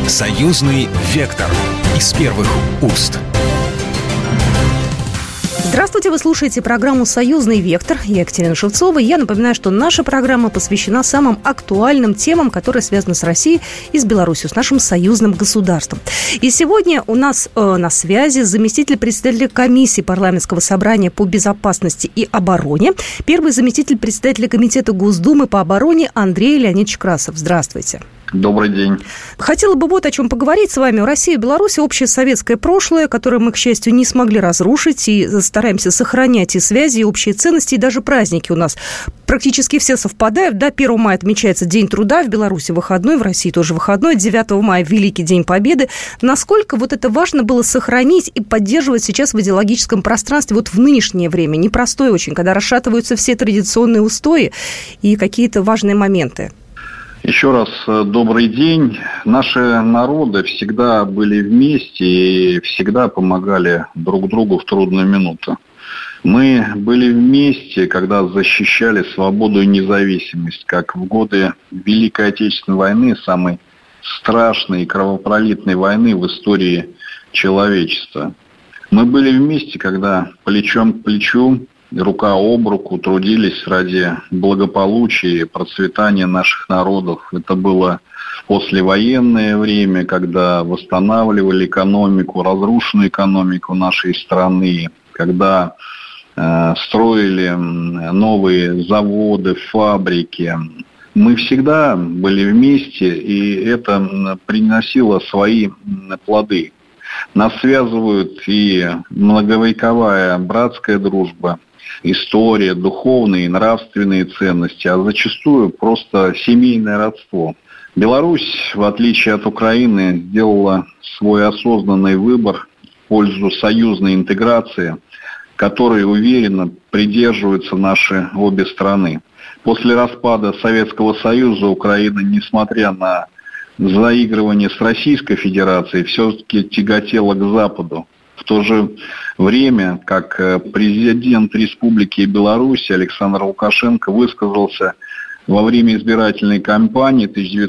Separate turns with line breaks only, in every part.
Союзный вектор из первых уст.
Здравствуйте, вы слушаете программу «Союзный вектор». Я Екатерина Шевцова. Я напоминаю, что наша программа посвящена самым актуальным темам, которые связаны с Россией и с Беларусью, с нашим союзным государством. И сегодня у нас на связи заместитель председателя комиссии парламентского собрания по безопасности и обороне, первый заместитель председателя комитета Госдумы по обороне Андрей Леонидович Красов. Здравствуйте.
Добрый день.
Хотела бы вот о чем поговорить с вами. У России и Беларуси общее советское прошлое, которое мы, к счастью, не смогли разрушить, и стараемся сохранять и связи, и общие ценности, и даже праздники у нас практически все совпадают. Да, 1 мая отмечается День труда, в Беларуси выходной, в России тоже выходной, 9 мая Великий День Победы. Насколько вот это важно было сохранить и поддерживать сейчас в идеологическом пространстве вот в нынешнее время, непростое очень, когда расшатываются все традиционные устои и какие-то важные моменты?
Еще раз добрый день. Наши народы всегда были вместе и всегда помогали друг другу в трудную минуту. Мы были вместе, когда защищали свободу и независимость, как в годы Великой Отечественной войны, самой страшной и кровопролитной войны в истории человечества. Мы были вместе, когда плечом к плечу, рука об руку трудились ради благополучия и процветания наших народов. Это было послевоенное время, когда восстанавливали экономику, разрушенную экономику нашей страны, когда строили новые заводы, фабрики. Мы всегда были вместе, и это приносило свои плоды. Нас связывают и многовековая братская дружба, история, духовные и нравственные ценности, а зачастую просто семейное родство. Беларусь, в отличие от Украины, сделала свой осознанный выбор в пользу союзной интеграции, которой уверенно придерживаются наши обе страны. После распада Советского Союза Украина, несмотря на заигрывание с Российской Федерацией, все-таки тяготела к Западу. В то же время, как президент Республики Беларусь Александр Лукашенко высказался во время избирательной кампании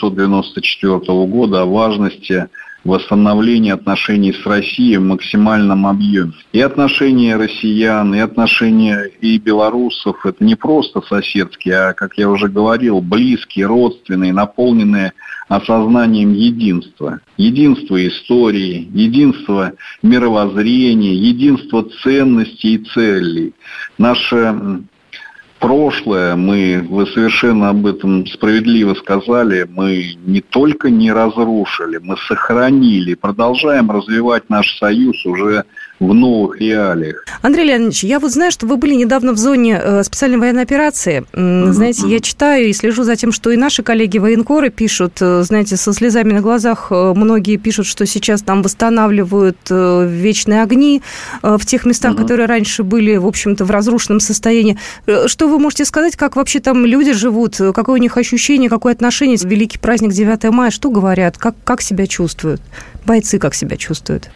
1994 года о важности восстановления отношений с Россией в максимальном объеме. И отношения россиян, и отношения и белорусов – это не просто соседские, а, как я уже говорил, близкие, родственные, наполненные осознанием единства. Единство истории, единство мировоззрения, единство ценностей и целей. Наше прошлое, вы совершенно об этом справедливо сказали, мы не только не разрушили, мы сохранили, продолжаем развивать наш союз уже в новых реалиях.
Андрей Леонидович, я вот знаю, что вы были недавно в зоне специальной военной операции. Знаете, я читаю и слежу за тем, что и наши коллеги-военкоры пишут, знаете, со слезами на глазах. Многие пишут, что сейчас там восстанавливают вечные огни в тех местах, которые раньше были, в общем-то, в разрушенном состоянии. Что вы можете сказать, как вообще там люди живут, какое у них ощущение, какое отношение? Великий праздник 9 мая, что говорят, как себя чувствуют? Бойцы как себя чувствуют?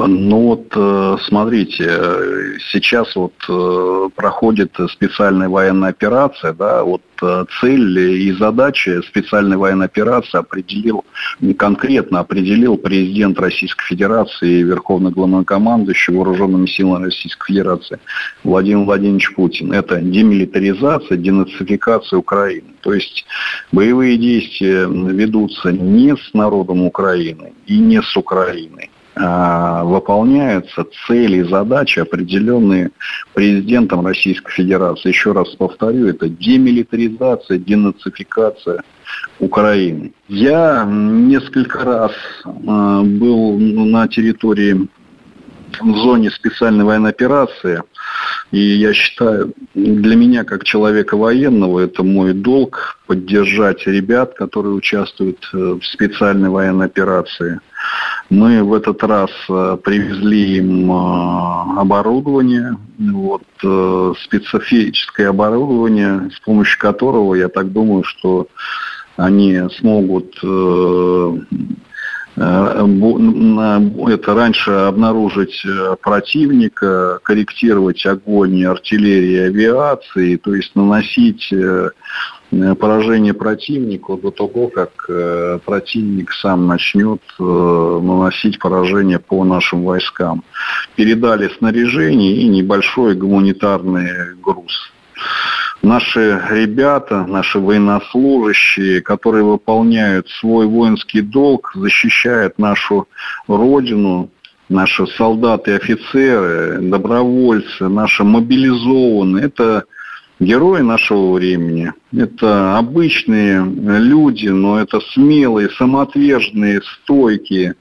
Смотрите, сейчас проходит специальная военная операция, да, цель и задача специальной военной операции конкретно определил президент Российской Федерации и Верховный Главнокомандующий Вооруженными силами Российской Федерации Владимир Владимирович Путин. Это демилитаризация, денацификация Украины. То есть боевые действия ведутся не с народом Украины и не с Украиной. Выполняются цели и задачи, определенные президентом Российской Федерации. Еще раз повторю, это демилитаризация, денацификация Украины. Я несколько раз был на территории, в зоне специальной военной операции, и я считаю, для меня, как человека военного, это мой долг поддержать ребят, которые участвуют в специальной военной операции. Мы в этот раз привезли им оборудование, специфическое оборудование, с помощью которого, я так думаю, что они смогут раньше обнаружить противника, корректировать огонь артиллерии и авиации, то есть наносить поражение противнику до того, как противник сам начнет наносить поражение по нашим войскам. Передали снаряжение и небольшой гуманитарный груз. Наши ребята, наши военнослужащие, которые выполняют свой воинский долг, защищают нашу Родину, наши солдаты и офицеры, добровольцы, наши мобилизованные, это герои нашего времени. Это обычные люди, но это смелые, самоотверженные, стойкие.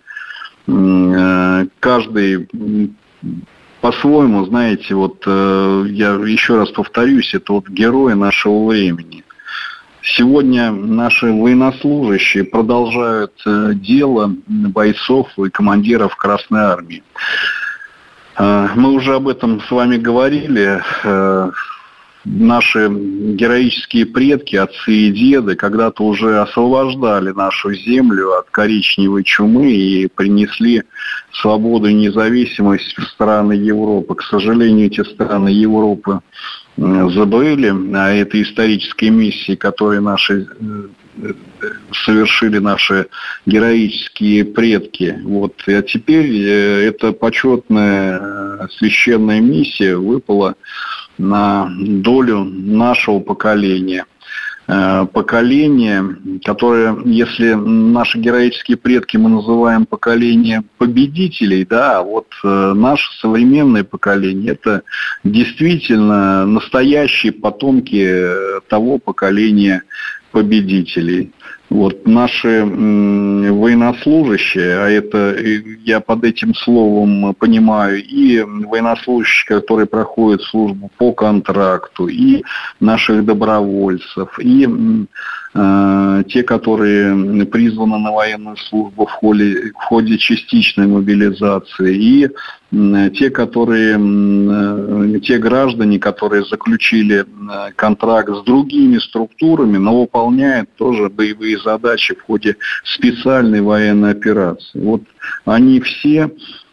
Каждый по-своему, знаете, вот я еще раз повторюсь, это вот герои нашего времени. Сегодня наши военнослужащие продолжают дело бойцов и командиров Красной Армии. Мы уже об этом с вами говорили. Наши героические предки, отцы и деды, когда-то уже освобождали нашу землю от коричневой чумы и принесли свободу и независимость в страны Европы. К сожалению, эти страны Европы забыли о этой исторической миссии, которую совершили наши героические предки. Вот. А теперь эта почетная священная миссия выпала на долю нашего поколения. Поколение, которое, если наши героические предки мы называем поколение победителей, да, вот наше современное поколение, это действительно настоящие потомки того поколения победителей. Вот наши военнослужащие, а это я под этим словом понимаю и военнослужащие, которые проходят службу по контракту, и наших добровольцев, и те, которые призваны на военную службу в ходе частичной мобилизации, и те граждане, которые заключили контракт с другими структурами, но выполняют тоже боевые задачи в ходе специальной военной операции. Вот они все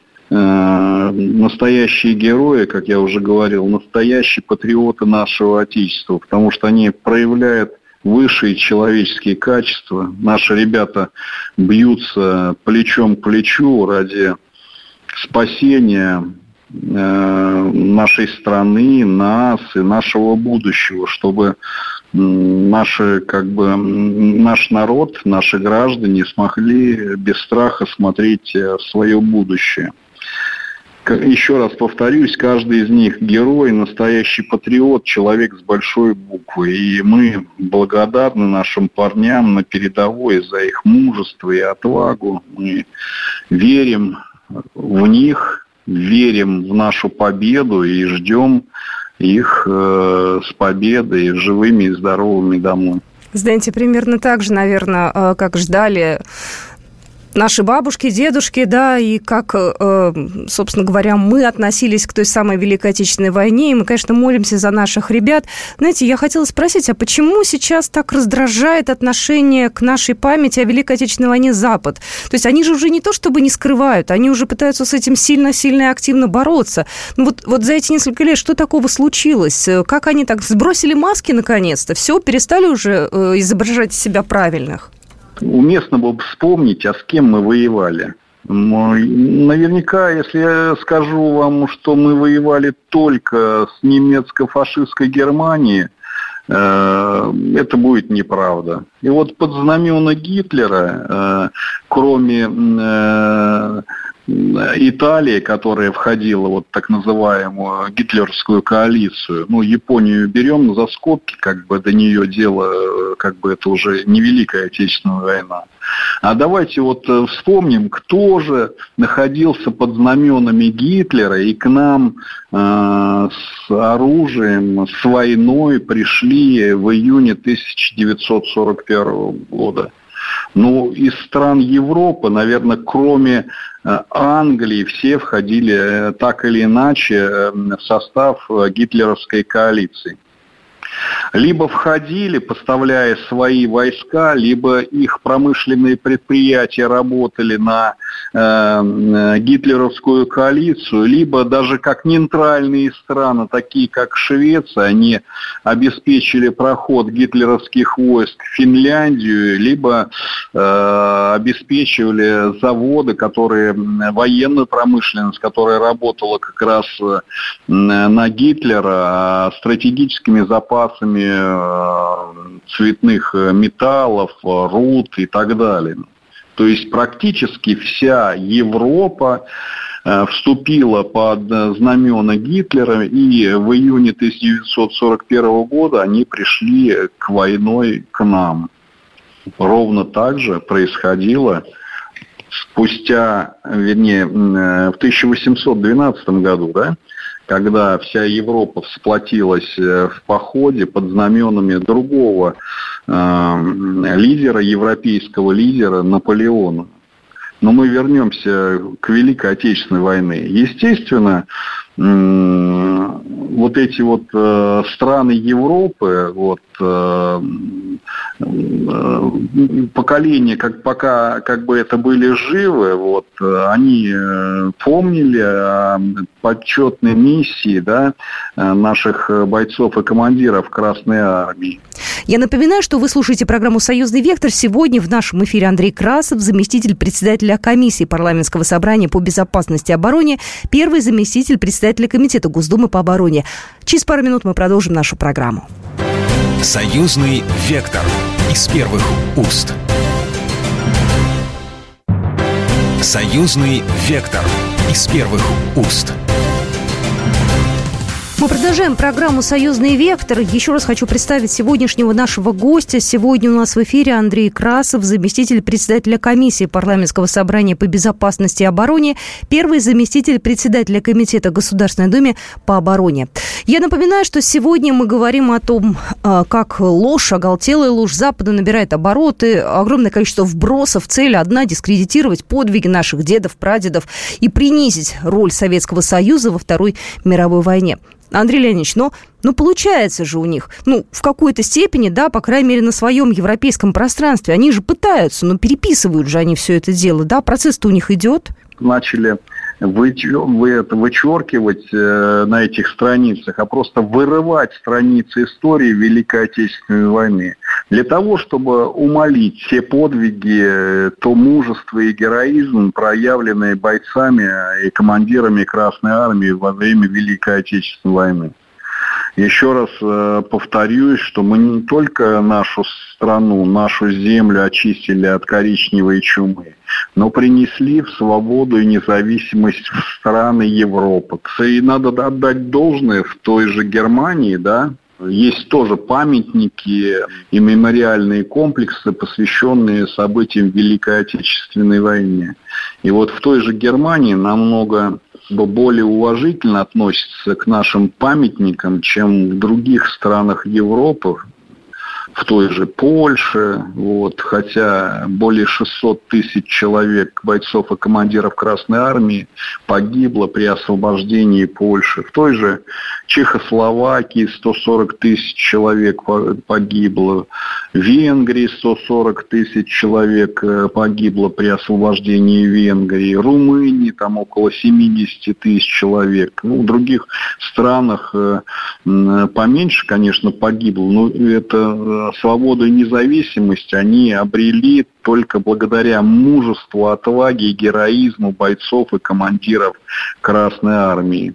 настоящие герои, как я уже говорил, настоящие патриоты нашего Отечества, потому что они проявляют высшие человеческие качества. Наши ребята бьются плечом к плечу ради спасения нашей страны, нас и нашего будущего, чтобы наш народ, наши граждане смогли без страха смотреть в свое будущее. Еще раз повторюсь, каждый из них герой, настоящий патриот, человек с большой буквы. И мы благодарны нашим парням на передовой за их мужество и отвагу. Мы верим в них, верим в нашу победу и ждем их с победой, живыми и здоровыми домой.
Знаете, примерно так же, наверное, как ждали наши бабушки, дедушки, да, и как, собственно говоря, мы относились к той самой Великой Отечественной войне, и мы, конечно, молимся за наших ребят. Знаете, я хотела спросить, а почему сейчас так раздражает отношение к нашей памяти о Великой Отечественной войне Запад? То есть они же уже не то чтобы не скрывают, они уже пытаются с этим сильно-сильно и активно бороться. Ну вот за эти несколько лет что такого случилось? Как они так сбросили маски наконец-то? Все, перестали уже изображать себя правильных?
Уместно было бы вспомнить, а с кем мы воевали. Наверняка, если я скажу вам, что мы воевали только с немецко-фашистской Германией, это будет неправда. И вот под знамена Гитлера, кроме Италии, которая входила в вот так называемую гитлеровскую коалицию, Японию берем за скобки, до нее дело, это уже не Великая Отечественная война. А давайте вспомним, кто же находился под знаменами Гитлера и к нам с оружием, с войной пришли в июне 1941 года. Из стран Европы, наверное, кроме Англии, все входили так или иначе в состав гитлеровской коалиции. Либо входили, поставляя свои войска, либо их промышленные предприятия работали на гитлеровскую коалицию, либо даже как нейтральные страны, такие как Швеция, они обеспечили проход гитлеровских войск в Финляндию, либо обеспечивали заводы, военную промышленность, которая работала как раз на Гитлера, стратегическими запасами цветных металлов, руд и так далее. То есть практически вся Европа вступила под знамена Гитлера, и в июне 1941 года они пришли к войной к нам. Ровно так же происходило в 1812 году, да, когда вся Европа всплотилась в походе под знаменами другого лидера, европейского лидера Наполеона. Но мы вернемся к Великой Отечественной войне. Естественно, вот эти страны Европы, поколения, пока это были живы, они помнили о почетной миссии, да, наших бойцов и командиров Красной Армии.
Я напоминаю, что вы слушаете программу «Союзный вектор». Сегодня в нашем эфире Андрей Красов, заместитель председателя комиссии парламентского собрания по безопасности и обороне, первый заместитель председателя комитета Госдумы по обороне. Через пару минут мы продолжим нашу программу.
«Союзный вектор» из первых уст. «Союзный вектор» из первых уст.
Мы продолжаем программу «Союзный вектор». Еще раз хочу представить сегодняшнего нашего гостя. Сегодня у нас в эфире Андрей Красов, заместитель председателя комиссии парламентского собрания по безопасности и обороне, первый заместитель председателя комитета Государственной Думы по обороне. Я напоминаю, что сегодня мы говорим о том, как ложь, оголтелая ложь Запада набирает обороты, огромное количество вбросов, цель одна – дискредитировать подвиги наших дедов, прадедов и принизить роль Советского Союза во Второй мировой войне. Андрей Леонидович, но получается же у них, в какой-то степени, да, по крайней мере, на своем европейском пространстве. Они же пытаются, переписывают же они все это дело, да, процесс-то у них идет.
Начали вычеркивать на этих страницах, а просто вырывать страницы истории Великой Отечественной войны. Для того, чтобы умалить все подвиги, то мужество и героизм, проявленные бойцами и командирами Красной Армии во время Великой Отечественной войны. Еще раз повторюсь, что мы не только нашу страну, нашу землю очистили от коричневой чумы, но принесли в свободу и независимость в страны Европы. И надо отдать должное в той же Германии, да, есть тоже памятники и мемориальные комплексы, посвященные событиям Великой Отечественной войны. И в той же Германии намного более уважительно относятся к нашим памятникам, чем в других странах Европы, в той же Польше, хотя более 600 тысяч человек, бойцов и командиров Красной Армии, погибло при освобождении Польши. В той же Чехословакии 140 тысяч человек погибло, в Венгрии 140 тысяч человек погибло при освобождении Венгрии, в Румынии около 70 тысяч человек. В других странах поменьше, конечно, погибло, но это свободу и независимость они обрели только благодаря мужеству, отваге и героизму бойцов и командиров Красной Армии.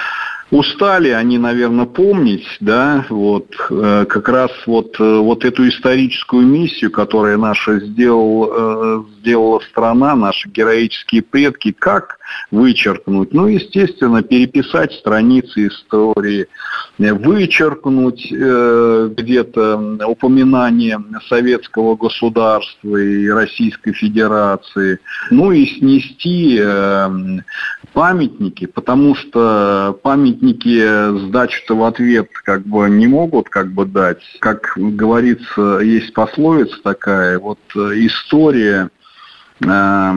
Устали они, наверное, помнить, да, как раз эту историческую миссию, которую наша сделала страна, наши героические предки, как вычеркнуть? Естественно, переписать страницы истории, вычеркнуть где-то упоминание советского государства и Российской Федерации, и снести памятники, потому что памятники сдачу-то в ответ не могут дать. Как говорится, есть пословица такая, история это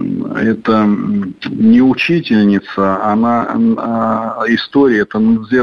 не учительница, история это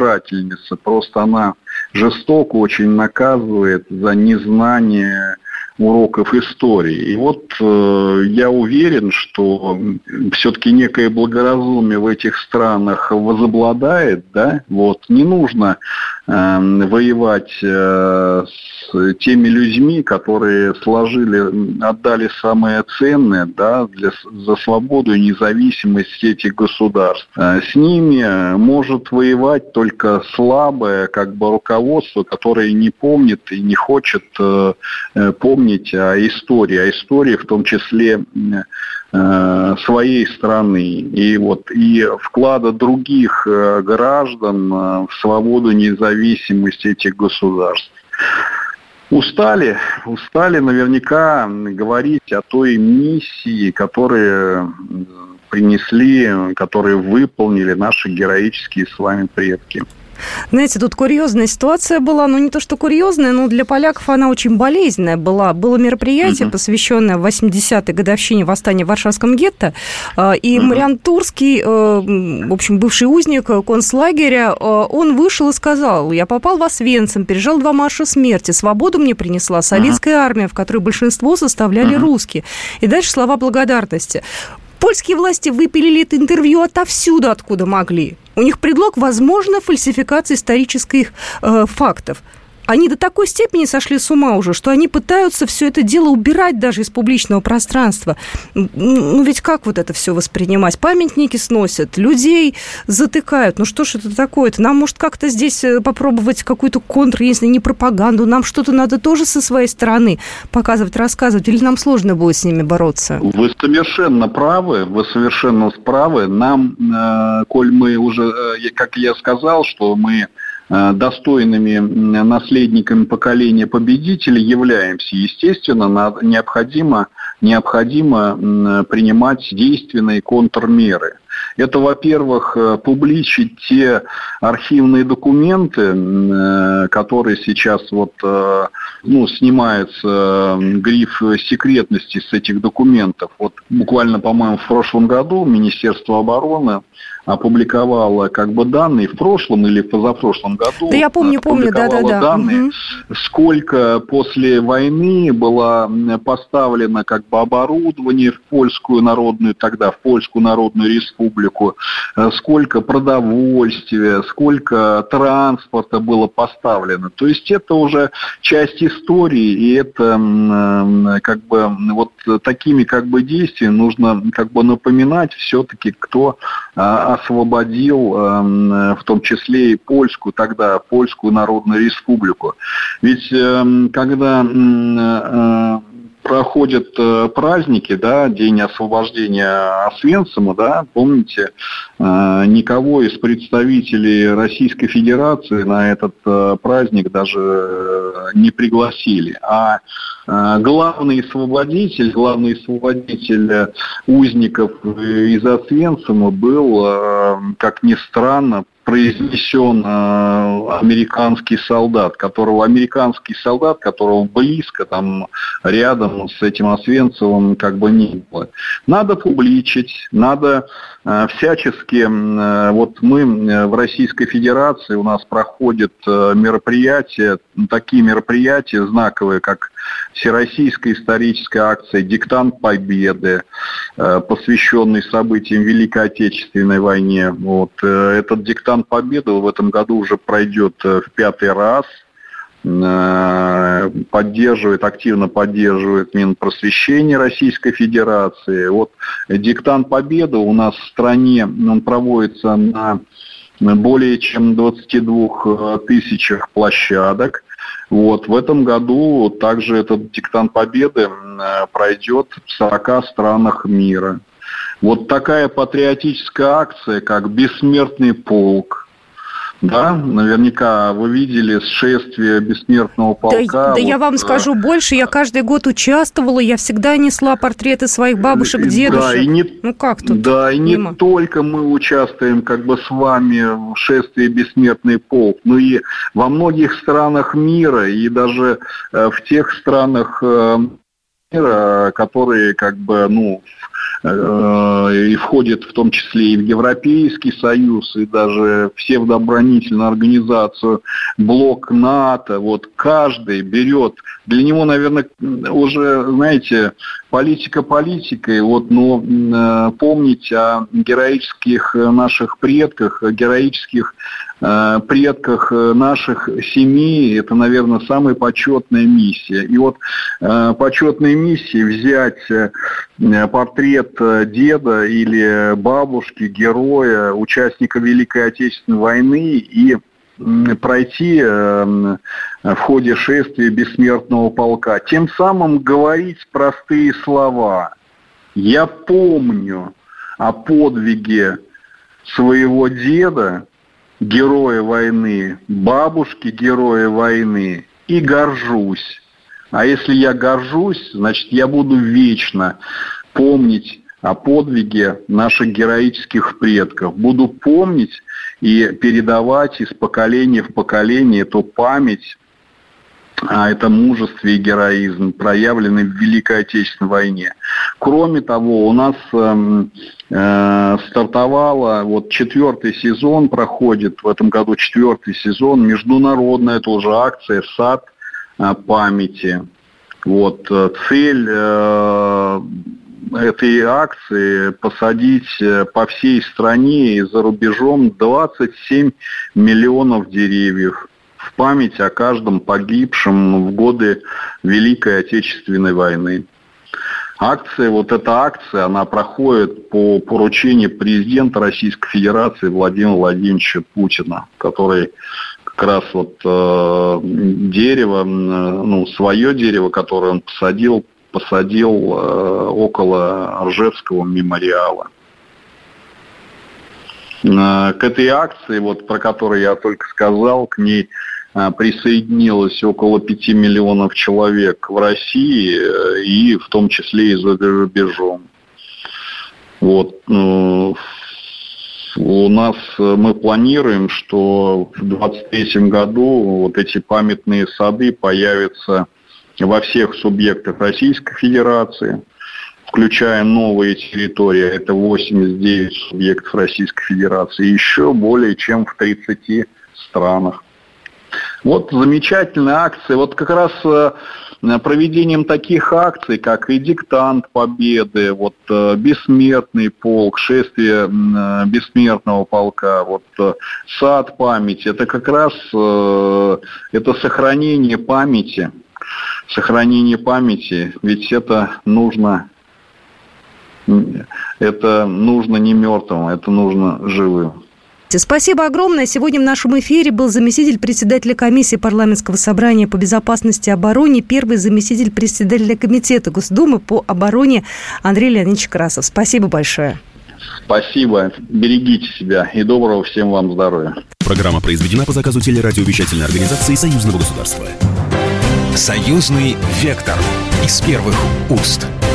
надзирательница, просто она жестоко очень наказывает за незнание уроков истории. И вот я уверен, что все-таки некое благоразумие в этих странах возобладает, да, вот, не нужно воевать с теми людьми, которые отдали самое ценное, да, за свободу и независимость этих государств. С ними может воевать только слабое, как бы, руководство, которое не помнит и не хочет помнить о истории в том числе своей страны, и вклада других граждан в свободу, независимость этих государств. Устали наверняка говорить о той миссии, которые выполнили наши героические с вами предки.
Знаете, тут курьезная ситуация была, не то что курьезная, но для поляков она очень болезненная была. Было мероприятие, посвященное 80-й годовщине восстания в Варшавском гетто, и Мариан Турский, в общем, бывший узник концлагеря, он вышел и сказал: я попал в Освенцим, пережил 2 марша смерти, свободу мне принесла советская армия, в которой большинство составляли русские. И дальше слова благодарности. Польские власти выпилили это интервью отовсюду, откуда могли. У них предлог, возможно, фальсификация исторических фактов. Они до такой степени сошли с ума уже, что они пытаются все это дело убирать даже из публичного пространства. Ведь как вот это все воспринимать? Памятники сносят, людей затыкают. Что ж это такое-то? Нам, может, как-то здесь попробовать какую-то если не пропаганду, нам что-то надо тоже со своей стороны показывать, рассказывать, или нам сложно будет с ними бороться?
Вы совершенно правы. Нам, коль мы уже, как я сказал, что мы достойными наследниками поколения победителей являемся, естественно, необходимо принимать действенные контрмеры. Это, во-первых, публичить те архивные документы, которые сейчас снимается гриф секретности с этих документов. Буквально, по-моему, в прошлом году Министерство обороны опубликовала данные в прошлом или в позапрошлом году.
Да, я помню, да.
Данные, сколько после войны было поставлено оборудование в Польскую Народную Республику, сколько продовольствия, сколько транспорта было поставлено. То есть это уже часть истории, и это такими действиями нужно напоминать все-таки, кто освободил в том числе и Польскую Народную Республику. Ведь когда проходят праздники, да, День освобождения Освенцима, да, помните, никого из представителей Российской Федерации на этот праздник даже не пригласили. А главный освободитель узников из Освенцима был, как ни странно, произнесен американский солдат, которого близко рядом с этим Освенцевым не было. Надо публичить, надо всячески. Мы в Российской Федерации, у нас проходят такие мероприятия знаковые, как Всероссийская историческая акция «Диктант Победы», посвященный событиям Великой Отечественной войне. Этот «Диктант Победы» в этом году уже пройдет в 5-й раз. Активно поддерживает Минпросвещение Российской Федерации. «Диктант Победы» у нас в стране, он проводится на более чем 22 тысячах площадок. В этом году также этот «Диктант Победы» пройдет в 40 странах мира. Такая патриотическая акция, как «Бессмертный полк». Да, наверняка вы видели шествие Бессмертного полка.
Да, я вам скажу больше, я каждый год участвовала, я всегда несла портреты своих бабушек, дедушек. Не
только мы участвуем с вами в шествии Бессмертный полк, но и во многих странах мира, и даже в тех странах мира, которые и входит в том числе и в Европейский Союз, и даже в псевдооборонительную организацию блок НАТО. Каждый берет для него, наверное, уже, знаете, политика политикой, но помнить о героических наших предках, о героических предках наших семей, это, наверное, самая почетная миссия. И почетной миссией взять портрет деда или бабушки, героя, участника Великой Отечественной войны и пройти в ходе шествия бессмертного полка. Тем самым говорить простые слова. Я помню о подвиге своего деда, героя войны, бабушки, героя войны, и горжусь. А если я горжусь, значит, я буду вечно помнить о подвиге наших героических предков. Буду помнить и передавать из поколения в поколение эту память о этом мужестве и героизме, проявленный в Великой Отечественной войне. Кроме того, у нас стартовала, 4-й сезон проходит, в этом году 4-й сезон, международная тоже акция «Сад памяти». Цель этой акции посадить по всей стране и за рубежом 27 миллионов деревьев в память о каждом погибшем в годы Великой Отечественной войны. Эта акция, она проходит по поручению президента Российской Федерации Владимира Владимировича Путина, который как раз дерево, свое дерево, которое он посадил около Ржевского мемориала. К этой акции, про которую я только сказал, к ней присоединилось около 5 миллионов человек в России и в том числе и за рубежом. У нас мы планируем, что в 2023 году эти памятные сады появятся во всех субъектах Российской Федерации, включая новые территории, это 89 субъектов Российской Федерации, еще более чем в 30 странах. Замечательная акция. Как раз проведением таких акций, как и «Диктант Победы», «Бессмертный полк», «Шествие бессмертного полка», «Сад памяти», это как раз это сохранение памяти, ведь это нужно не мертвым, это нужно живым.
Спасибо огромное. Сегодня в нашем эфире был заместитель председателя комиссии Парламентского собрания по безопасности и обороне, первый заместитель председателя комитета Госдумы по обороне Андрей Леонидович Красов. Спасибо большое.
Спасибо. Берегите себя и доброго всем вам здоровья.
Программа произведена по заказу телерадиовещательной организации Союзного государства. Союзный вектор из первых уст.